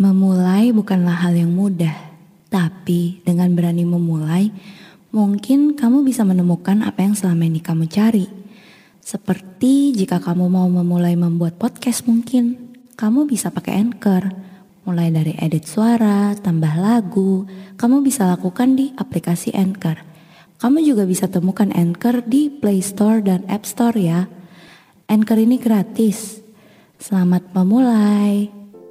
Memulai bukanlah hal yang mudah, tapi dengan berani memulai, mungkin kamu bisa menemukan apa yang selama ini kamu cari. Seperti jika kamu mau memulai membuat podcast mungkin, kamu bisa pakai Anchor. Mulai dari edit suara, tambah lagu, kamu bisa lakukan di aplikasi Anchor. Kamu juga bisa temukan Anchor di Play Store dan App Store ya. Anchor ini gratis. Selamat memulai.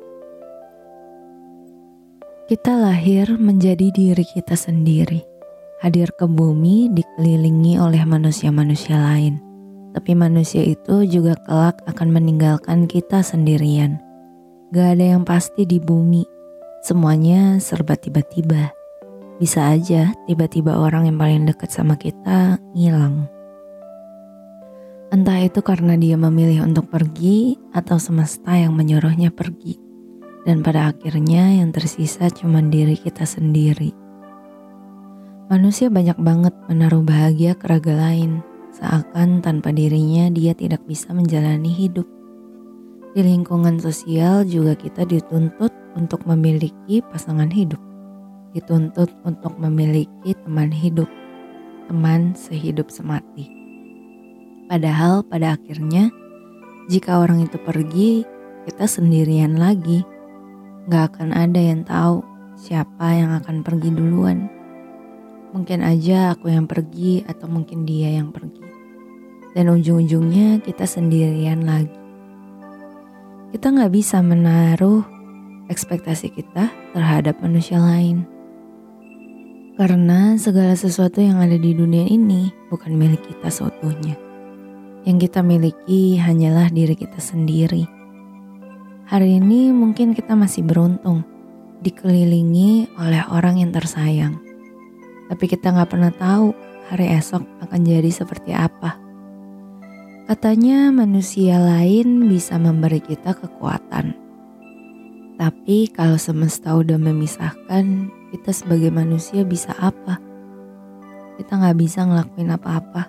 Kita lahir menjadi diri kita sendiri, hadir ke bumi dikelilingi oleh manusia-manusia lain. Tapi manusia itu juga kelak akan meninggalkan kita sendirian. Gak ada yang pasti di bumi, semuanya serba tiba-tiba. Bisa aja tiba-tiba orang yang paling dekat sama kita ngilang. Entah itu karena dia memilih untuk pergi atau semesta yang menyuruhnya pergi. Dan pada akhirnya yang tersisa cuma diri kita sendiri. Manusia banyak banget menaruh bahagia ke raga lain, seakan tanpa dirinya dia tidak bisa menjalani hidup. Di lingkungan sosial juga kita dituntut untuk memiliki pasangan hidup. Dituntut untuk memiliki teman hidup, teman sehidup semati. Padahal pada akhirnya, jika orang itu pergi, kita sendirian lagi. Gak akan ada yang tahu siapa yang akan pergi duluan. Mungkin aja aku yang pergi atau mungkin dia yang pergi. Dan ujung-ujungnya kita sendirian lagi. Kita gak bisa menaruh ekspektasi kita terhadap manusia lain. Karena segala sesuatu yang ada di dunia ini bukan milik kita seutuhnya. Yang kita miliki hanyalah diri kita sendiri. Hari ini mungkin kita masih beruntung dikelilingi oleh orang yang tersayang. Tapi kita gak pernah tahu hari esok akan jadi seperti apa. Katanya manusia lain bisa memberi kita kekuatan. Tapi kalau semesta udah memisahkan, kita sebagai manusia bisa apa? Kita gak bisa ngelakuin apa-apa.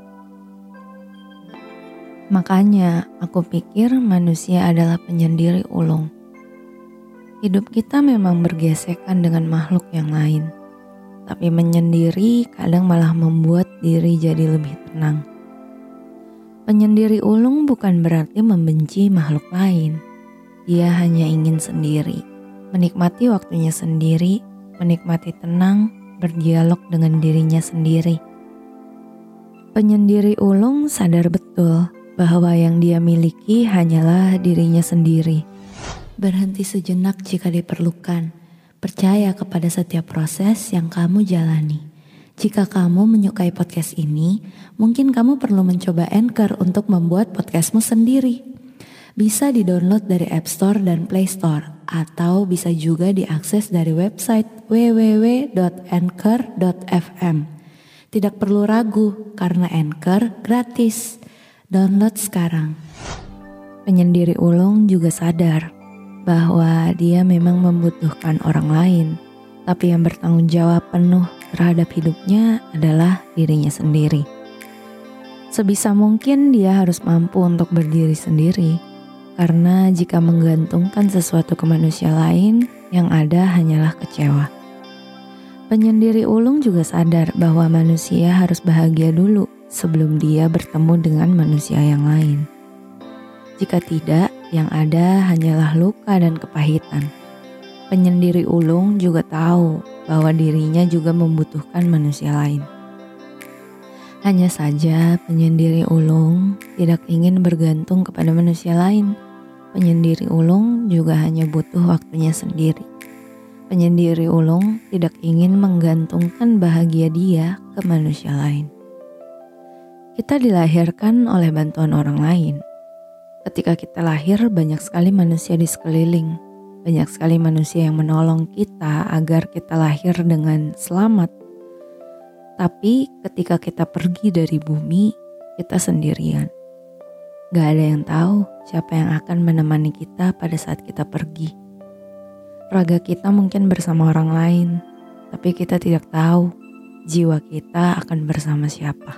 Makanya aku pikir manusia adalah penyendiri ulung. Hidup kita memang bergesekan dengan makhluk yang lain. Tapi menyendiri kadang malah membuat diri jadi lebih tenang. Penyendiri ulung bukan berarti membenci makhluk lain. Dia hanya ingin sendiri, menikmati waktunya sendiri, menikmati tenang, berdialog dengan dirinya sendiri. Penyendiri ulung sadar betul bahwa yang dia miliki hanyalah dirinya sendiri. Berhenti sejenak jika diperlukan. Percaya kepada setiap proses yang kamu jalani. Jika kamu menyukai podcast ini, mungkin kamu perlu mencoba Anchor untuk membuat podcastmu sendiri. Bisa di-download dari App Store dan Play Store, atau bisa juga diakses dari website www.anchor.fm. Tidak perlu ragu, karena Anchor gratis. Download sekarang. Penyendiri ulung juga sadar bahwa dia memang membutuhkan orang lain, tapi yang bertanggung jawab penuh terhadap hidupnya adalah dirinya sendiri. Sebisa mungkin dia harus mampu untuk berdiri sendiri, karena jika menggantungkan sesuatu ke manusia lain, yang ada hanyalah kecewa. Penyendiri ulung juga sadar bahwa manusia harus bahagia dulu sebelum dia bertemu dengan manusia yang lain. Jika tidak, yang ada hanyalah luka dan kepahitan. Penyendiri ulung juga tahu bahwa dirinya juga membutuhkan manusia lain. Hanya saja penyendiri ulung tidak ingin bergantung kepada manusia lain. Penyendiri ulung juga hanya butuh waktunya sendiri. Penyendiri ulung tidak ingin menggantungkan bahagia dia ke manusia lain. Kita dilahirkan oleh bantuan orang lain. Ketika kita lahir, banyak sekali manusia di sekeliling. Banyak sekali manusia yang menolong kita agar kita lahir dengan selamat. Tapi ketika kita pergi dari bumi, kita sendirian. Gak ada yang tahu siapa yang akan menemani kita pada saat kita pergi. Raga kita mungkin bersama orang lain, tapi kita tidak tahu jiwa kita akan bersama siapa.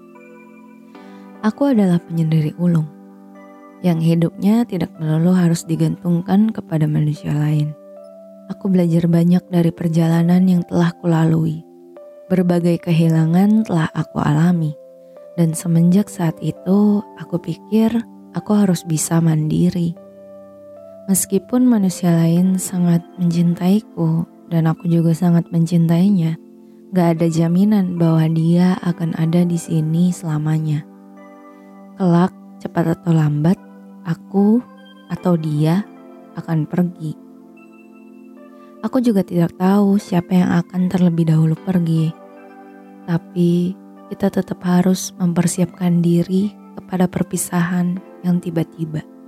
Aku adalah penyendiri ulung, yang hidupnya tidak melulu harus digantungkan kepada manusia lain. Aku belajar banyak dari perjalanan yang telah kulalui. Berbagai kehilangan telah aku alami. Dan semenjak saat itu, aku pikir aku harus bisa mandiri. Meskipun manusia lain sangat mencintaiku dan aku juga sangat mencintainya, gak ada jaminan bahwa dia akan ada di sini selamanya. Kelak, cepat atau lambat, aku atau dia akan pergi. Aku juga tidak tahu siapa yang akan terlebih dahulu pergi. Tapi kita tetap harus mempersiapkan diri kepada perpisahan yang tiba-tiba.